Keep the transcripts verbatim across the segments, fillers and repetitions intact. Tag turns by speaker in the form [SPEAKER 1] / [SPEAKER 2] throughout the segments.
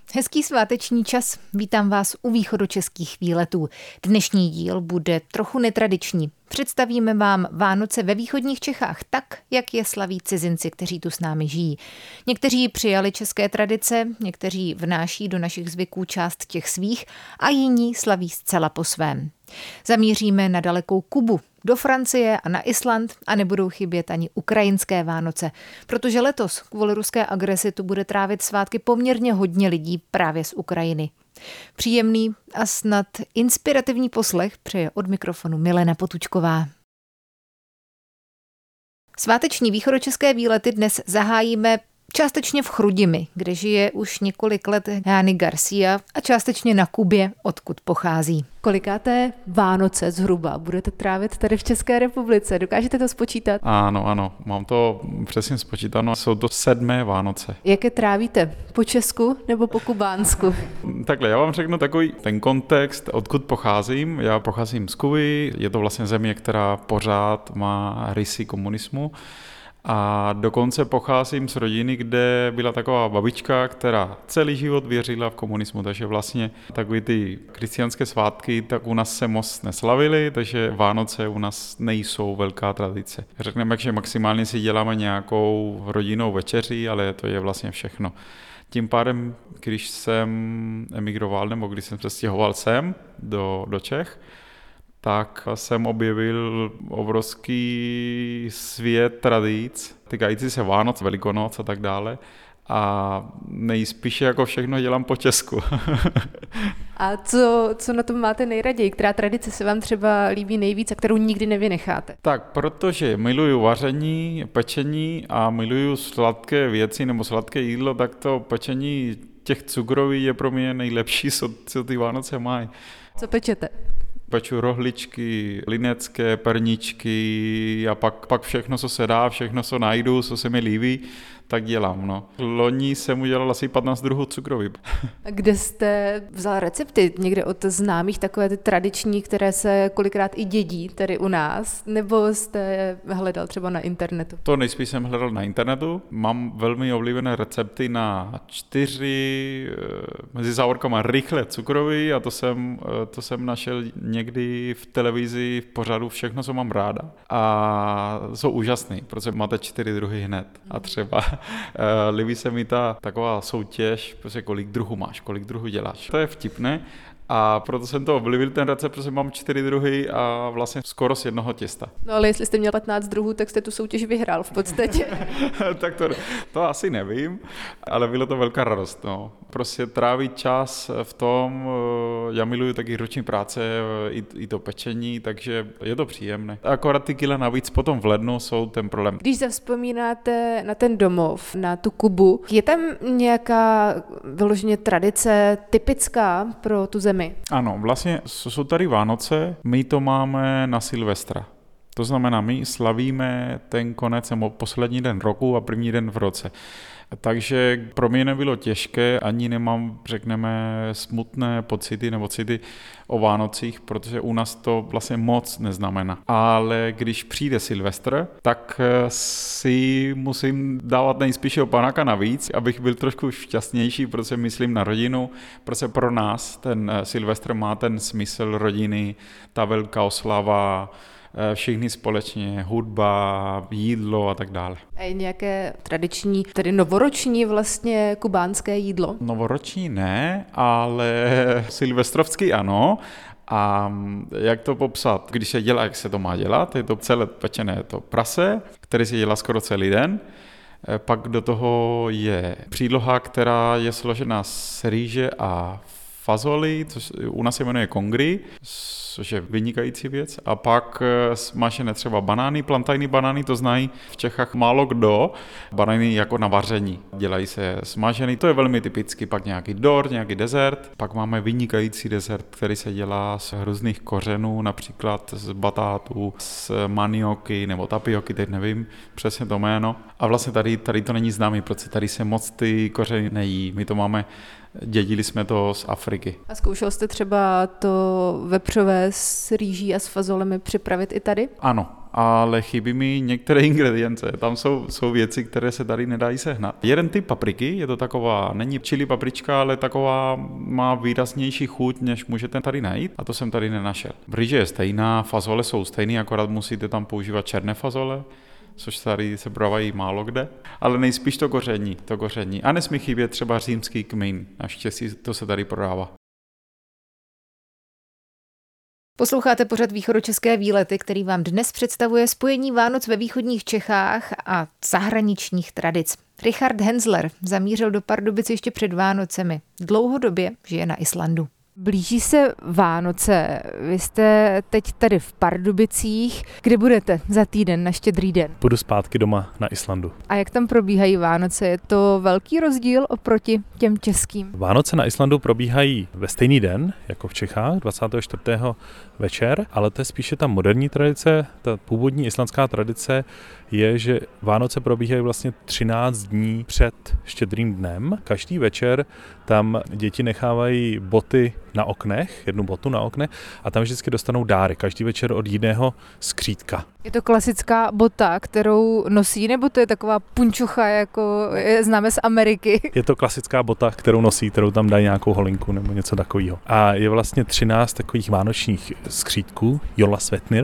[SPEAKER 1] Hezký sváteční čas, vítám vás u východočeských výletů. Dnešní díl bude trochu netradiční. Představíme vám Vánoce ve východních Čechách tak, jak je slaví cizinci, kteří tu s námi žijí. Někteří přijali české tradice, někteří vnáší do našich zvyků část těch svých a jiní slaví zcela po svém. Zamíříme na dalekou Kubu, do Francie a na Island a nebudou chybět ani ukrajinské Vánoce, protože letos kvůli ruské agresi tu bude trávit svátky poměrně hodně lidí právě z Ukrajiny. Příjemný a snad inspirativní poslech přeje od mikrofonu Milena Potůčková. Sváteční východočeské výlety dnes zahájíme částečně v Chrudimi, kde žije už několik let Jány Garcia a částečně na Kubě, odkud pochází. Kolikáté Vánoce zhruba budete trávit tady v České republice? Dokážete to spočítat?
[SPEAKER 2] Ano, ano, mám to přesně spočítáno. Jsou to sedmé Vánoce.
[SPEAKER 1] Jaké trávíte? Po česku nebo po kubánsku?
[SPEAKER 2] Takhle, já vám řeknu takový ten kontext, odkud pocházím. Já pocházím z Kuby, je to vlastně země, která pořád má rysy komunismu. A dokonce pocházím z rodiny, kde byla taková babička, která celý život věřila v komunismu, takže vlastně takový ty křesťanské svátky tak u nás se moc neslavily, takže Vánoce u nás nejsou velká tradice. Řekneme, že maximálně si děláme nějakou rodinnou večeři, ale to je vlastně všechno. Tím pádem, když jsem emigroval, nebo když jsem se stěhoval sem do, do Čech, tak jsem objevil obrovský svět tradic, týkající se Vánoc, Velikonoc a tak dále. A nejspíše jako všechno dělám po česku.
[SPEAKER 1] A co, co na tom máte nejraději? Která tradice se vám třeba líbí nejvíc a kterou nikdy nevynecháte?
[SPEAKER 2] Tak, protože miluju vaření, pečení a miluju sladké věci nebo sladké jídlo, tak to pečení těch cukroví je pro mě nejlepší, co, co ty Vánoce mají.
[SPEAKER 1] Co pečete?
[SPEAKER 2] Peču rohličky, linecké, perničky a pak, pak všechno, co se dá, všechno, co najdu, co se mi líbí, tak dělám. No. Loni jsem udělal asi patnáct druhů cukroví.
[SPEAKER 1] A kde jste vzal recepty? Někde od známých, takové ty tradiční, které se kolikrát i dědí tady u nás? Nebo jste hledal třeba na internetu?
[SPEAKER 2] To nejspíš jsem hledal na internetu. Mám velmi oblíbené recepty na čtyři mezi závorkama rychle cukroví a to jsem, to jsem našel někdy v televizi, v pořadu Všechno, co mám ráda. A jsou úžasný, protože máte čtyři druhy hned. A třeba Uh, líbí se mi ta taková soutěž, prostě kolik druhů máš, kolik druhů děláš. To je vtipné a proto jsem to oblíbil ten recept, protože mám čtyři druhy a vlastně skoro z jednoho těsta.
[SPEAKER 1] No ale jestli jste měl patnáct druhů, tak jste tu soutěž vyhrál v podstatě.
[SPEAKER 2] Tak to, to asi nevím, ale bylo to velká radost. No. Prostě trávit čas v tom, já miluju taky ruční práce, i, i to pečení, takže je to příjemné. Akorát ty kila navíc potom v lednu jsou ten problém.
[SPEAKER 1] Když zavzpomínáte na ten domov, na tu Kubu, je tam nějaká vyloženě tradice typická pro tu zemi?
[SPEAKER 2] Ano, vlastně jsou tady Vánoce, my to máme na Silvestra. To znamená, my slavíme ten konec nebo poslední den roku a první den v roce. Takže pro mě nebylo těžké, ani nemám, řekneme, smutné pocity nebo city o Vánocích, protože u nás to vlastně moc neznamená. Ale když přijde Silvestr, tak si musím dávat nejspíše o panáka navíc, abych byl trošku šťastnější, protože myslím na rodinu, protože pro nás ten Silvestr má ten smysl rodiny, ta velká oslava, všichni společně, hudba, jídlo a tak dále.
[SPEAKER 1] A je nějaké tradiční, tedy novoroční vlastně kubánské jídlo?
[SPEAKER 2] Novoroční ne, ale silvestrovský ano. A jak to popsat? Když se dělá, jak se to má dělat, je to celé pečené to prase, který se dělá skoro celý den. Pak do toho je příloha, která je složena z rýže a fazoli, což u nás se jmenuje kongry, což je vynikající věc. A pak smažené třeba banány, plantajní banány, to znají v Čechách málo kdo. Banány jako na vaření, dělají se smažený, to je velmi typický. Pak nějaký dort, nějaký dezert. Pak máme vynikající dezert, který se dělá z různých kořenů, například z batátů, z manioky nebo tapioky, teď nevím přesně to jméno. A vlastně tady, tady to není známý, protože tady se moc ty kořeny nejí. My to máme, dědili jsme to z Afriky.
[SPEAKER 1] A zkoušel jste třeba to vepřové s rýží a s fazolemi připravit i tady?
[SPEAKER 2] Ano, ale chybí mi některé ingredience. Tam jsou, jsou věci, které se tady nedají sehnat. Jeden typ papriky, je to taková, není chili paprička, ale taková má výraznější chuť, než můžete tady najít, a to jsem tady nenašel. Rýže je stejná, fazole jsou stejné, akorát musíte tam používat černé fazole, což tady se prodávají málo kde, ale nejspíš to koření, to koření. A nesmí chybět třeba římský kmín, naštěstí to se tady prodává.
[SPEAKER 1] Posloucháte pořad Východočeské výlety, který vám dnes představuje spojení Vánoc ve východních Čechách a zahraničních tradic. Richard Henzler zamířil do Pardubic ještě před Vánocemi. Dlouhodobě žije na Islandu. Blíží se Vánoce. Vy jste teď tady v Pardubicích. Kde budete za týden na Štědrý den?
[SPEAKER 3] Budu zpátky doma na Islandu.
[SPEAKER 1] A jak tam probíhají Vánoce? Je to velký rozdíl oproti těm českým?
[SPEAKER 3] Vánoce na Islandu probíhají ve stejný den, jako v Čechách, dvacátého čtvrtého večer, ale to je spíše ta moderní tradice. Ta původní islandská tradice je, že Vánoce probíhají vlastně třináct dní před Štědrým dnem. Každý večer tam děti nechávají boty na oknech, jednu botu na oknech, a tam vždycky dostanou dáry, každý večer od jiného skřítka.
[SPEAKER 1] Je to klasická bota, kterou nosí, nebo to je taková punčucha, jako je známe z Ameriky?
[SPEAKER 3] Je to klasická bota, kterou nosí, kterou tam dají nějakou holinku nebo něco takového. A je vlastně třináct takových vánočních skřítků, Jola Svetnir,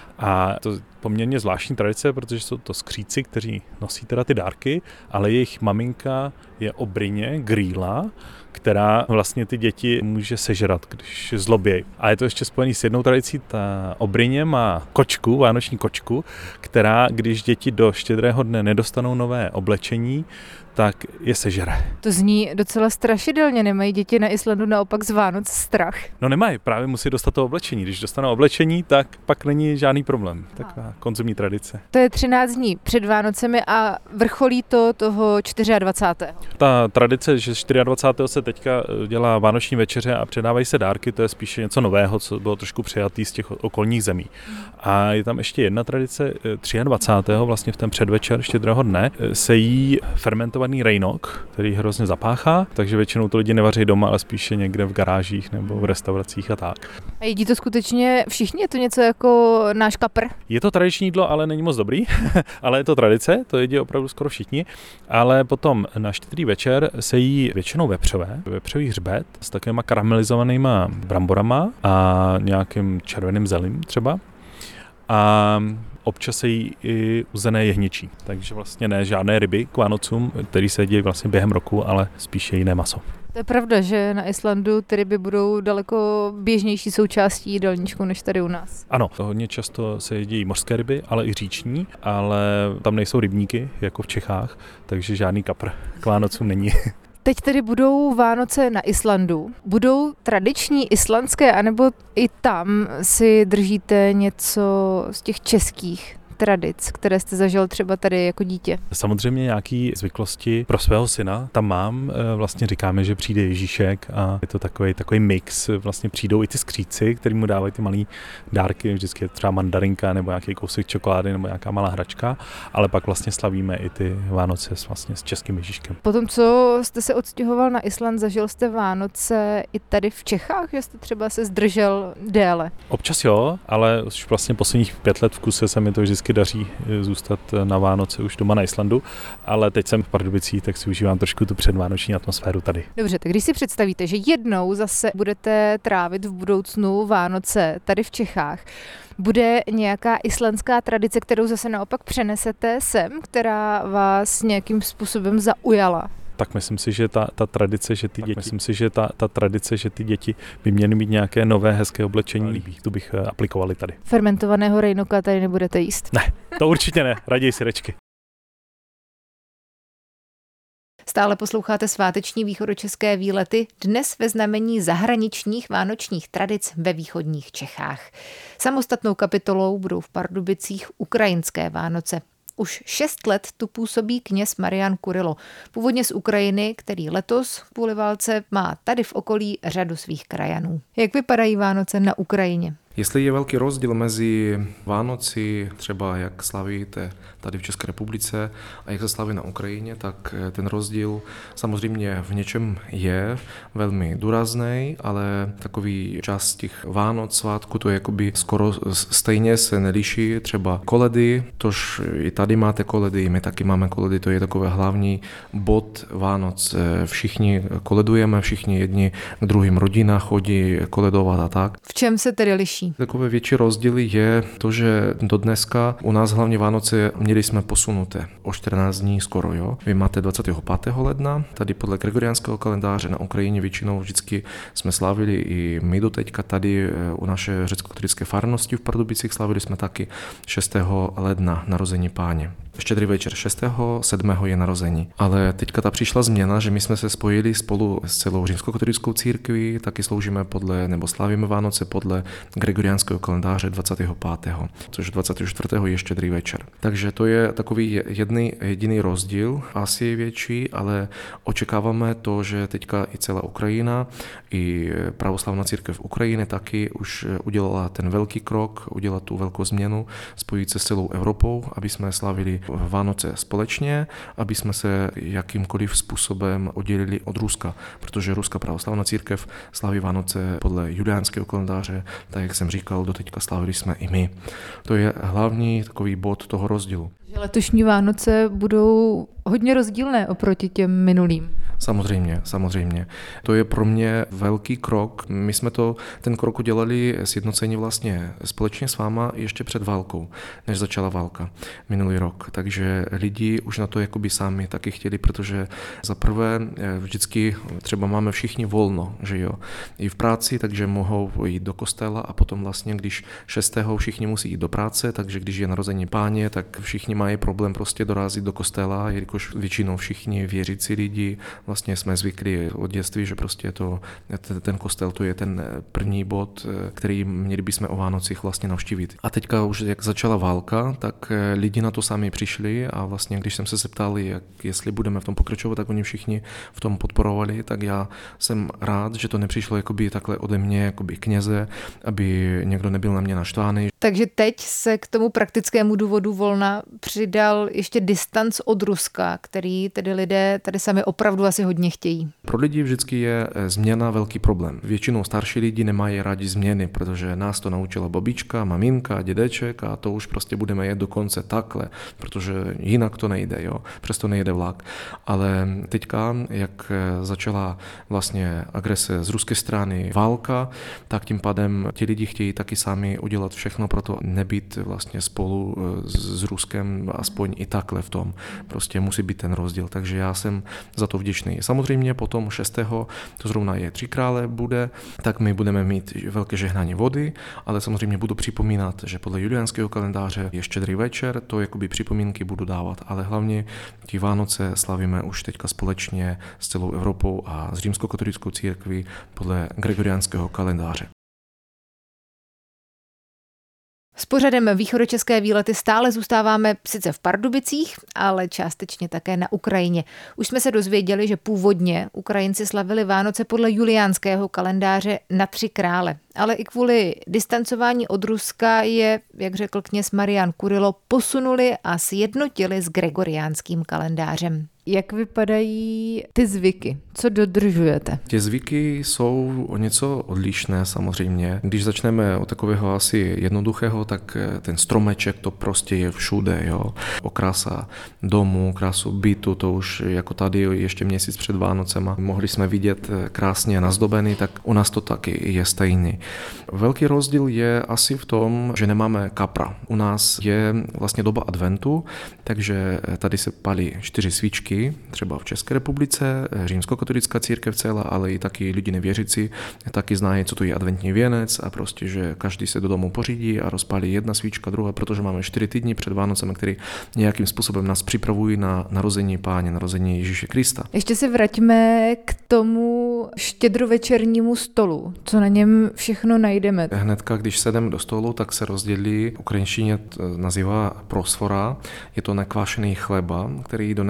[SPEAKER 3] a to je poměrně zvláštní tradice, protože jsou to skříci, kteří nosí teda ty dárky, ale jejich maminka je obrině, Grýla, která vlastně ty děti může sežrat, když zlobějí. A je to ještě spojený s jednou tradicí, ta obrině má kočku, vánoční kočku, která, když děti do Štědrého dne nedostanou nové oblečení, tak je sežere.
[SPEAKER 1] To zní docela strašidelně, nemají děti na Islandu naopak z Vánoc strach?
[SPEAKER 3] No nemají, právě musí dostat to oblečení. Když dostanou oblečení, tak pak není žádný problém. Taková konzumní tradice.
[SPEAKER 1] To je třináct dní před Vánocemi a vrcholí to toho dvacátého čtvrtého
[SPEAKER 3] Ta tradice, že dvacátého čtvrtého se teďka dělá vánoční večeře a předávají se dárky, to je spíše něco nového, co bylo trošku přijatý z těch okolních zemí. A je tam ještě jedna tradice, dvacátého třetího vlastně v ten předvečer Štědrého dne se jí fermentovaný rejnok, který hrozně zapáchá, takže většinou to lidi nevaří doma, ale spíše někde v garážích nebo v restauracích a tak.
[SPEAKER 1] A jedí to skutečně všichni? Je to něco jako náš kapr?
[SPEAKER 3] Je to tradiční jídlo, ale není moc dobrý, ale je to tradice, to jedí opravdu skoro všichni, ale potom na Štědrý večer se jí většinou vepřové, vepřový hřbet s takovýma karamelizovanýma bramborama a nějakým červeným zelím třeba. A občas se jí i uzené jehněčí, takže vlastně ne žádné ryby k Vánocům, který se jedí vlastně během roku, ale spíše jiné maso.
[SPEAKER 1] To je pravda, že na Islandu ty ryby budou daleko běžnější součástí jídelníčku než tady u nás.
[SPEAKER 3] Ano, hodně často se jedí mořské ryby, ale i říční, ale tam nejsou rybníky, jako v Čechách, takže žádný kapr k Vánocům není.
[SPEAKER 1] Teď tedy budou Vánoce na Islandu. Budou tradiční islandské, anebo i tam si držíte něco z těch českých tradic, které jste zažil třeba tady jako dítě?
[SPEAKER 3] Samozřejmě nějaké zvyklosti pro svého syna tam mám. Vlastně říkáme, že přijde Ježíšek a je to takový takový mix. Vlastně přijdou i ty skříci, který mu dávají ty malé dárky, vždycky je třeba mandarinka nebo nějaký kousek čokolády nebo nějaká malá hračka, ale pak vlastně slavíme i ty Vánoce s, vlastně s českým Ježíškem.
[SPEAKER 1] Potom, co jste se odstěhoval na Island, zažil jste Vánoce i tady v Čechách, že jste třeba se zdržel déle?
[SPEAKER 3] Občas jo, ale už vlastně posledních pět let v kuse se mi to vždycky daří zůstat na Vánoce už doma na Islandu, ale teď jsem v Pardubicích, tak si užívám trošku tu předvánoční atmosféru tady.
[SPEAKER 1] Dobře, tak když si představíte, že jednou zase budete trávit v budoucnu Vánoce tady v Čechách, bude nějaká islandská tradice, kterou zase naopak přenesete sem, která vás nějakým způsobem zaujala?
[SPEAKER 3] Tak myslím si, že ta, ta tradice, že ty děti, myslím si, že ta, ta tradice, že ty děti by měly mít nějaké nové hezké oblečení, líbí. Tu bych aplikovali tady. Fermentovaného
[SPEAKER 1] rejnoka tady nebudete jíst?
[SPEAKER 3] Ne, to určitě ne, raději syrečky.
[SPEAKER 1] Stále posloucháte sváteční východočeské výlety, dnes ve znamení zahraničních vánočních tradic ve východních Čechách. Samostatnou kapitolou budou v Pardubicích ukrajinské Vánoce. Už šest let tu působí kněz Marian Kurilo, původně z Ukrajiny, který letos kvůli válce má tady v okolí řadu svých krajanů. Jak vypadají Vánoce na Ukrajině?
[SPEAKER 4] Jestli je velký rozdíl mezi Vánoci, třeba jak slavíte tady v České republice a jak se slaví na Ukrajině, tak ten rozdíl samozřejmě v něčem je velmi důrazný, ale takový čas těch Vánoc, svátku, to je jakoby skoro stejně se neliší. Třeba koledy, tož i tady máte koledy, my taky máme koledy, to je takový hlavní bod Vánoc. Všichni koledujeme, všichni jedni k druhým rodina chodí koledovat a tak.
[SPEAKER 1] V čem se tedy liší?
[SPEAKER 4] Takové větší rozdíly je to, že do dneska u nás hlavně Vánoce měli jsme posunuté o čtrnáct dní skoro, jo. Vy máte dvacátého pátého ledna, tady podle gregoriánského kalendáře na Ukrajině většinou vždycky jsme slavili i my do teďka tady u naše řecko-katolické farnosti v Pardubicích slavili jsme taky šestého ledna narození Páně. Štědrý večer šestého sedmého je narození. Ale teďka ta přišla změna, že my jsme se spojili spolu s celou římskokatolickou církví, taky sloužíme podle, nebo slavíme Vánoce podle gregoriánského kalendáře dvacátého pátého což dvacátého čtvrtého je štědrý večer. Takže to je takový jedný jediný rozdíl, asi větší, ale očekáváme to, že teďka i celá Ukrajina, i pravoslavná církev Ukrajiny taky už udělala ten velký krok, udělala tu velkou změnu, spojit se s celou Evropou, aby jsme slavili Vánoce společně, aby jsme se jakýmkoliv způsobem oddělili od Ruska, protože Ruská pravoslavná církev slaví Vánoce podle juliánského kalendáře, tak jak jsem říkal, doteďka slavili jsme i my. To je hlavní takový bod toho rozdílu.
[SPEAKER 1] Že letošní Vánoce budou hodně rozdílné oproti těm minulým.
[SPEAKER 4] Samozřejmě, samozřejmě. To je pro mě velký krok. My jsme to, ten krok udělali sjednocení vlastně společně s váma ještě před válkou, než začala válka minulý rok. Takže lidi už na to jakoby sami taky chtěli, protože za prvé vždycky třeba máme všichni volno, že jo, i v práci, takže mohou jít do kostela a potom vlastně, když šestého všichni musí jít do práce, takže když je narození Páně, tak všichni mají problém prostě dorazit do kostela, jelikož většinou všichni věřící lidi vlastně jsme zvyklí od dětství, že prostě to, ten kostel to je ten první bod, který měli bychom o Vánocích vlastně navštívit. A teďka už jak začala válka, tak lidi na to sami přišli a vlastně když jsem se zeptal, jak, jestli budeme v tom pokračovat, tak oni všichni v tom podporovali, tak já jsem rád, že to nepřišlo jakoby takhle ode mě, jakoby kněze, aby někdo nebyl na mě naštvaný.
[SPEAKER 1] Takže teď se k tomu praktickému důvodu volna přidal ještě distanc od Ruska, který tedy lidé tady sami opravdu asi hodně chtějí.
[SPEAKER 4] Pro lidi vždycky je změna velký problém. Většinou starší lidi nemají rádi změny, protože nás to naučila babička, maminka, dědeček a to už prostě budeme jet do konce takhle, protože jinak to nejde, jo. Přesto nejde vlak. Ale teďka, jak začala vlastně agrese z ruské strany, válka, tak tím pádem ti lidi chtějí taky sami udělat všechno pro to nebýt vlastně spolu s Ruskem, aspoň i takhle v tom. Prostě musí být ten rozdíl, takže já jsem za to vděčný. Samozřejmě potom šestého to zrovna je Tři krále bude, tak my budeme mít velké žehnání vody, ale samozřejmě budu připomínat, že podle juliánského kalendáře je štědrý večer, to jakoby připomínky budu dávat, ale hlavně ty Vánoce slavíme už teďka společně s celou Evropou a s římskokatolickou církví podle gregoriánského kalendáře.
[SPEAKER 1] S pořadem východočeské výlety stále zůstáváme sice v Pardubicích, ale částečně také na Ukrajině. Už jsme se dozvěděli, že původně Ukrajinci slavili Vánoce podle juliánského kalendáře na Tři krále. Ale i kvůli distancování od Ruska je, jak řekl kněz Marian Kurilo, posunuli a sjednotili s gregoriánským kalendářem. Jak vypadají ty zvyky? Co dodržujete?
[SPEAKER 4] Ty zvyky jsou o něco odlišné samozřejmě. Když začneme od takového asi jednoduchého, tak ten stromeček to prostě je všude, jo. Okrasa domu, krásu bytu, to už jako tady ještě měsíc před Vánocema mohli jsme vidět krásně nazdobený, tak u nás to taky je stejný. Velký rozdíl je asi v tom, že nemáme kapra. U nás je vlastně doba adventu, takže tady se palí čtyři svíčky, třeba v České republice, římskokatolická církev celá, ale i taky lidi nevěřící taky znají, co to je adventní věnec a prostě, že každý se do domu pořídí a rozpálí jedna svíčka, druhá, protože máme čtyři týdny před Vánocem, který nějakým způsobem nás připravují na narození Páně, narození Ježíše Krista.
[SPEAKER 1] Ještě se vraťme k tomu štědrovečernímu stolu. Co na něm všechno najdeme?
[SPEAKER 4] Hnedka, když sedeme do stolu, tak se rozdělí, v ukrajinštině nazývá prosfora, je to nekvášený chleba, který doneseme vždy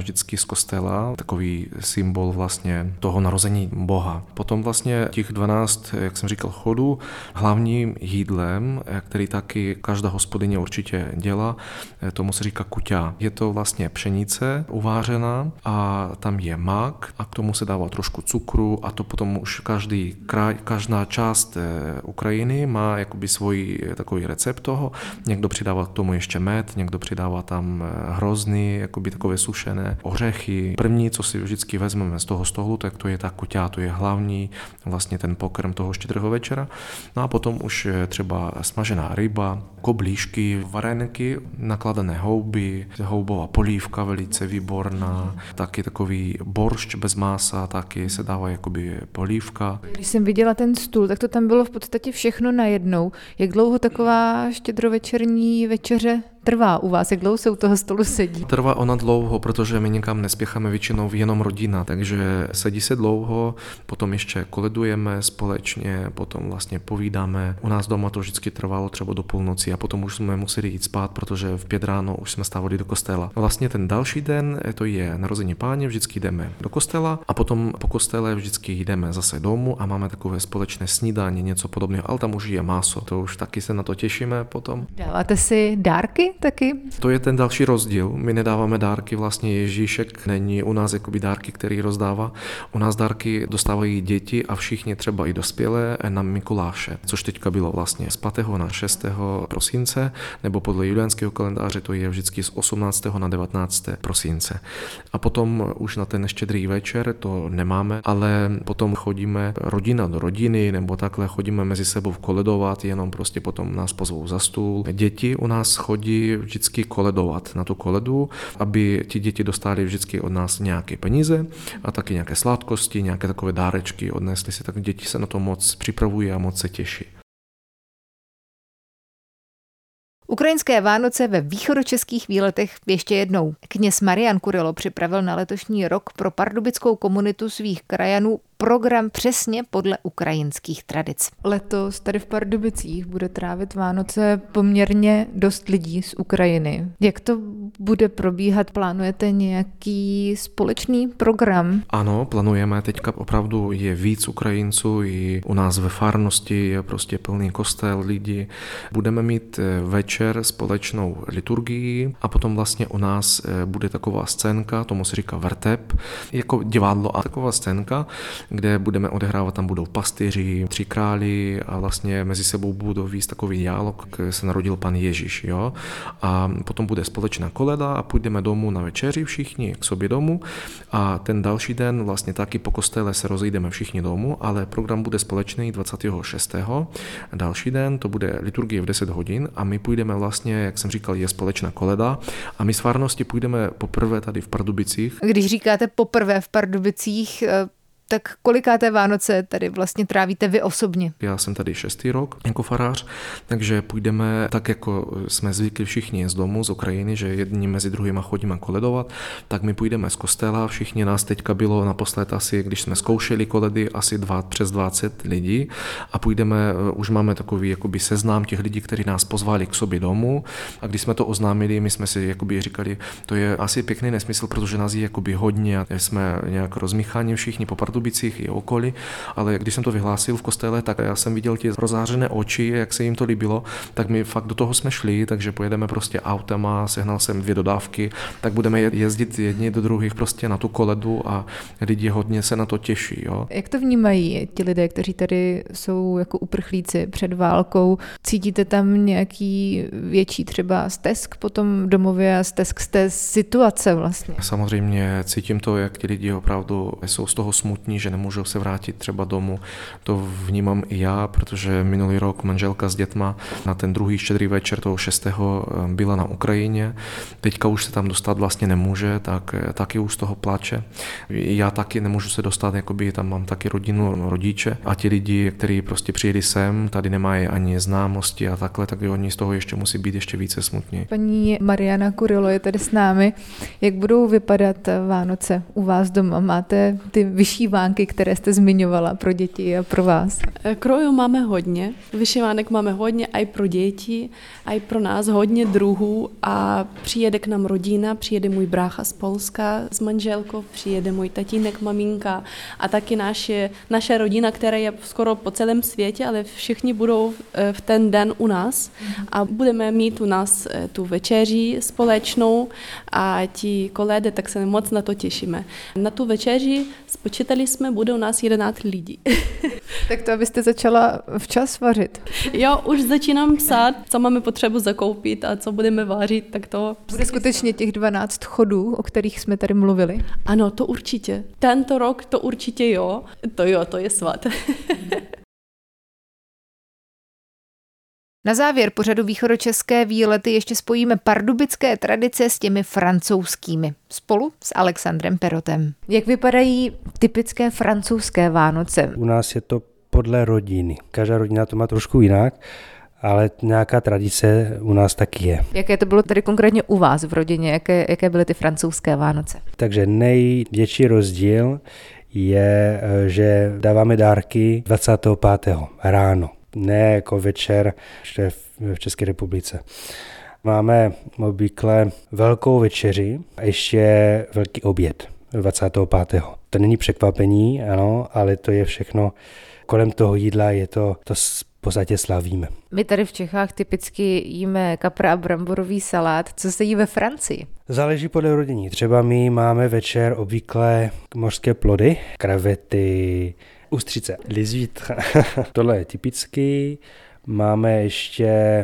[SPEAKER 4] vždycky z kostela, takový symbol vlastně toho narození Boha. Potom vlastně těch dvanáct, jak jsem říkal, chodů, hlavním jídlem, který taky každá hospodyně určitě dělá, tomu se říká kuťa. Je to vlastně pšenice uvářená a tam je mák a k tomu se dává trošku cukru a to potom už každý kraj, každá část Ukrajiny má jakoby svůj takový recept toho. Někdo přidává k tomu ještě med, někdo přidává tam hrozny, jakoby takové sušené ořechy. První, co si vždycky vezmeme z toho stolu, tak to je ta kuťa, to je hlavní vlastně ten pokrm toho štědrého večera. No a potom už třeba smažená ryba, koblížky, varenky, nakladané houby, houbová polívka velice výborná, taky takový boršč bez mása, taky se dává jakoby polívka.
[SPEAKER 1] Když jsem viděla ten stůl, tak to tam bylo v podstatě všechno najednou. Jak dlouho taková štědrovečerní večeře trvá u vás? Jak dlouho se u toho stolu sedí?
[SPEAKER 4] Trvá ona dlouho, protože my nikam nespěcháme většinou jenom rodina, takže sedí se dlouho, potom ještě koledujeme společně, potom vlastně povídáme. U nás doma to vždycky trvalo třeba do půlnoci a potom už jsme museli jít spát, protože v pět ráno už jsme stávali do kostela. Vlastně ten další den, to je narození Páně, vždycky jdeme do kostela a potom po kostele vždycky jdeme zase domů a máme takové společné snídání, něco podobného, ale tam už je maso, to už taky se na to těšíme potom.
[SPEAKER 1] Dáváte si dárky taky?
[SPEAKER 4] To je ten další rozdíl. My nedáváme dárky, vlastně Ježíšek není u nás jakoby dárky, který rozdává. U nás dárky dostávají děti a všichni třeba i dospělé na Mikuláše, což teďka bylo vlastně z pátého na šestého prosince, nebo podle juliánského kalendáře to je vždycky z osmnáctého na devatenáctého prosince. A potom už na ten štědrý večer to nemáme, ale potom chodíme rodina do rodiny, nebo takhle chodíme mezi sebou koledovat, jenom prostě potom nás pozvou za stůl. Děti u nás chodí vždycky koledovat na tu koledu, aby ti děti dostali vždycky od nás nějaké peníze a taky nějaké sladkosti, nějaké takové dárečky odnesli si, tak děti se na to moc připravují a moc se těší.
[SPEAKER 1] Ukrajinské Vánoce ve východočeských výletech ještě jednou. Kněz Marian Kurilo připravil na letošní rok pro pardubickou komunitu svých krajanů program přesně podle ukrajinských tradic. Letos tady v Pardubicích bude trávit Vánoce poměrně dost lidí z Ukrajiny. Jak to bude probíhat? Plánujete nějaký společný program?
[SPEAKER 4] Ano, plánujeme. Teďka opravdu je víc Ukrajinců i u nás ve farnosti je prostě plný kostel lidí. Budeme mít večer společnou liturgii a potom vlastně u nás bude taková scénka, tomu se říká vertep, jako divadlo a taková scénka, kde budeme odehrávat, tam budou pastýři, tři králi a vlastně mezi sebou budou víc takový dialog, kde se narodil pan Ježíš, jo. A potom bude společná koleda a půjdeme domů na večeři všichni k sobě domů a ten další den vlastně taky po kostele se rozejdeme všichni domů, ale program bude společný dvacátého šestého Další den to bude liturgie v deset hodin a my půjdeme vlastně, jak jsem říkal, je společná koleda a my z farnosti půjdeme poprvé tady v Pardubicích.
[SPEAKER 1] Když říkáte poprvé v Pardubicích, tak kolikáté Vánoce tady vlastně trávíte vy osobně?
[SPEAKER 4] Já jsem tady šestý rok jako farář, takže půjdeme tak, jako jsme zvykli všichni z domu, z Ukrajiny, že jedni mezi druhýma chodíme koledovat, tak my půjdeme z kostela, všichni nás teďka bylo naposled asi, když jsme zkoušeli koledy, asi dva, přes dvacet lidí a půjdeme, už máme takový jakoby seznam těch lidí, kteří nás pozvali k sobě domů a když jsme to oznámili, my jsme si jakoby říkali, to je asi pěkný nesmysl, protože nás je jakoby hodně a jsme nějak rozmícháni všichni po Pardubicích i okolí, ale když jsem to vyhlásil v kostele, tak já jsem viděl ty rozářené oči, jak se jim to líbilo, tak my fakt do toho jsme šli, takže pojedeme prostě autama, sehnal jsem dvě dodávky, tak budeme jezdit jedni do druhých prostě na tu koledu a lidi hodně se na to těší. Jo.
[SPEAKER 1] Jak to vnímají ti lidé, kteří tady jsou jako uprchlíci před válkou? Cítíte tam nějaký větší třeba stesk potom domově a stesk z té situace vlastně?
[SPEAKER 4] Samozřejmě cítím to, jak ti lidi opravdu jsou z toho smutní, že nemůžou se vrátit třeba domů. To vnímám i já, protože minulý rok manželka s dětma na ten druhý štědrý večer toho šestého byla na Ukrajině. Teďka už se tam dostat vlastně nemůže, tak taky už z toho plače. Já taky nemůžu se dostat, jakoby tam mám taky rodinu, rodiče a ti lidi, kteří prostě přijeli sem, tady nemají ani známosti a takhle, tak oni z toho ještě musí být ještě více smutní.
[SPEAKER 1] Paní Mariana Kurilo je tady s námi. Jak budou vypadat Vánoce u vás doma? Máte ty vyšší vyšívánky, které jste zmiňovala pro děti a pro vás?
[SPEAKER 5] Krojů máme hodně, vyšívánek máme hodně, aj pro děti, aj pro nás hodně druhů a přijede k nám rodina, přijede můj brácha z Polska s manželkou, přijede můj tatínek, maminka a taky naše, naše rodina, která je skoro po celém světě, ale všichni budou v ten den u nás a budeme mít u nás tu večeři společnou a ti koledy, tak se moc na to těšíme. Na tu večeři spočítali jsme, bude u nás jedenáct lidí.
[SPEAKER 1] Tak to, abyste začala včas vařit.
[SPEAKER 5] Jo, už začínám psát, co máme potřebu zakoupit a co budeme vařit, tak to...
[SPEAKER 1] Bude skutečně těch dvanáct chodů, o kterých jsme tady mluvili?
[SPEAKER 5] Ano, to určitě. Tento rok to určitě jo. To jo, to je svat.
[SPEAKER 1] Na závěr pořadu východočeské výlety ještě spojíme pardubické tradice s těmi francouzskými. Spolu s Alexandrem Perotem. Jak vypadají typické francouzské Vánoce?
[SPEAKER 6] U nás je to podle rodiny. Každá rodina to má trošku jinak, ale nějaká tradice u nás taky je.
[SPEAKER 1] Jaké to bylo tady konkrétně u vás v rodině? Jaké, jaké byly ty francouzské Vánoce?
[SPEAKER 6] Takže největší rozdíl je, že dáváme dárky dvacátého pátého ráno. Ne jako večer v České republice. Máme obvykle velkou večeři a ještě velký oběd dvacátého pátého To není překvapení, ano, ale to je všechno kolem toho jídla, je to, to v podstatě slavíme.
[SPEAKER 1] My tady v Čechách typicky jíme kapra a bramborový salát. Co se jí ve Francii?
[SPEAKER 6] Záleží podle rodiny. Třeba my máme večer obvykle mořské plody, krevety, ústřice, les huîtres. Tohle je typický. Máme ještě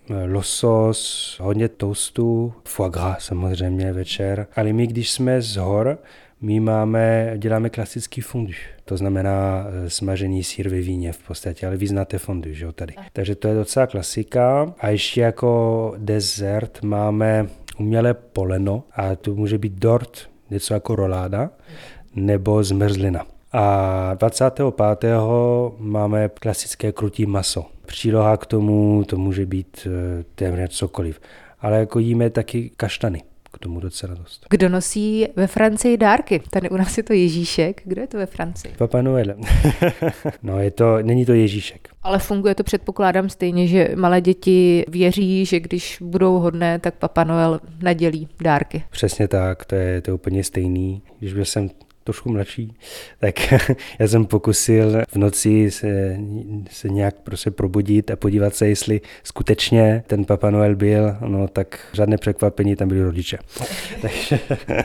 [SPEAKER 6] losos, hodně toastů, foie gras samozřejmě večer. Ale my, když jsme z hor, my máme, děláme klasický fondue. To znamená smažený sýr ve víně v podstatě, ale vy znáte fondue, že jo, tady. Takže to je docela klasika. A ještě jako dezert máme umělé poleno a to může být dort, něco jako roláda, nebo zmrzlina. A dvacátého pátého máme klasické krutí maso. Příloha k tomu, to může být téměř cokoliv. Ale jako jíme taky kaštany. K tomu docela dost.
[SPEAKER 1] Kdo nosí ve Francii dárky? Tady u nás je to Ježíšek. Kdo je to ve Francii?
[SPEAKER 6] Papa Noel. No, je to, není to Ježíšek.
[SPEAKER 1] Ale funguje to, předpokládám, stejně, že malé děti věří, že když budou hodné, tak Papa Noel nadělí dárky.
[SPEAKER 6] Přesně tak, to je, to je úplně stejný. Když byl jsem trošku mladší, tak já jsem pokusil v noci se, se nějak prostě probudit a podívat se, jestli skutečně ten Papa Noel byl, no tak žádné překvapení, tam byli rodiče. Takže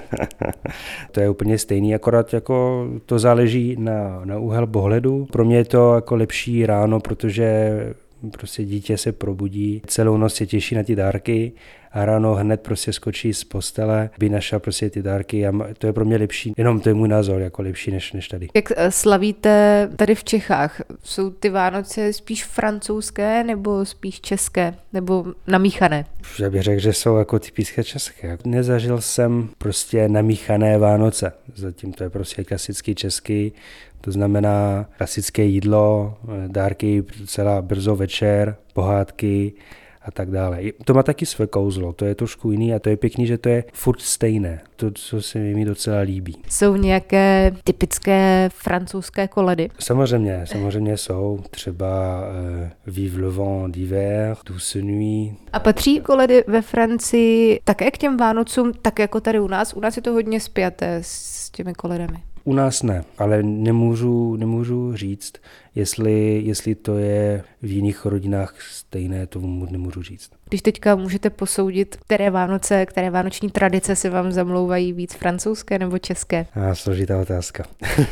[SPEAKER 6] to je úplně stejný, akorát jako to záleží na, na úhel pohledu. Pro mě je to jako lepší ráno, protože prostě dítě se probudí, celou noc se těší na ty dárky a ráno hned prostě skočí z postele, by našel prostě ty dárky a to je pro mě lepší, jenom to je můj názor, jako lepší než, než tady.
[SPEAKER 1] Jak slavíte tady v Čechách? Jsou ty Vánoce spíš francouzské nebo spíš české nebo namíchané?
[SPEAKER 6] Já bych řekl, že jsou jako typické české. Nezažil jsem prostě namíchané Vánoce. Zatím to je prostě klasický český. To znamená klasické jídlo, dárky celá brzo večer, pohádky a tak dále. To má taky své kouzlo, to je trošku jiný a to je pěkný, že to je furt stejné. To, co se mi docela líbí.
[SPEAKER 1] Jsou nějaké typické francouzské koledy?
[SPEAKER 6] Samozřejmě, samozřejmě jsou. Třeba uh, Vive le vent d'hiver, Douce nuit.
[SPEAKER 1] A patří koledy ve Francii také k těm Vánocům, tak jako tady u nás? U nás je to hodně spjaté s těmi koledami.
[SPEAKER 6] U nás ne, ale nemůžu, nemůžu říct, jestli, jestli to je v jiných rodinách stejné, to nemůžu říct.
[SPEAKER 1] Když teďka můžete posoudit, které Vánoce, které vánoční tradice se vám zamlouvají víc francouzské nebo české?
[SPEAKER 6] A složitá otázka.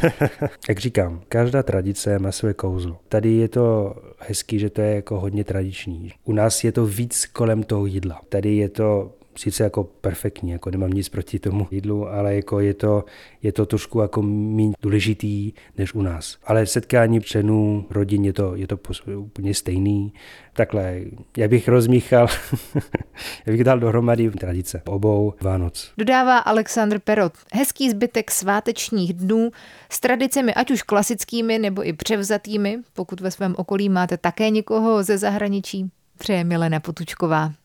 [SPEAKER 6] Jak říkám, každá tradice má své kouzlo. Tady je to hezký, že to je jako hodně tradiční. U nás je to víc kolem toho jídla. Tady je to sice jako perfektní, jako nemám nic proti tomu jídlu, ale jako je to, je to trošku jako méně důležitý než u nás. Ale setkání členů rodin je to, je to úplně stejný. Takhle, já bych rozmíchal, já bych dal dohromady tradice obou Vánoc.
[SPEAKER 1] Dodává Alexandr Perot. Hezký zbytek svátečních dnů s tradicemi ať už klasickými nebo i převzatými, pokud ve svém okolí máte také někoho ze zahraničí. Přeje Milena Potůčková.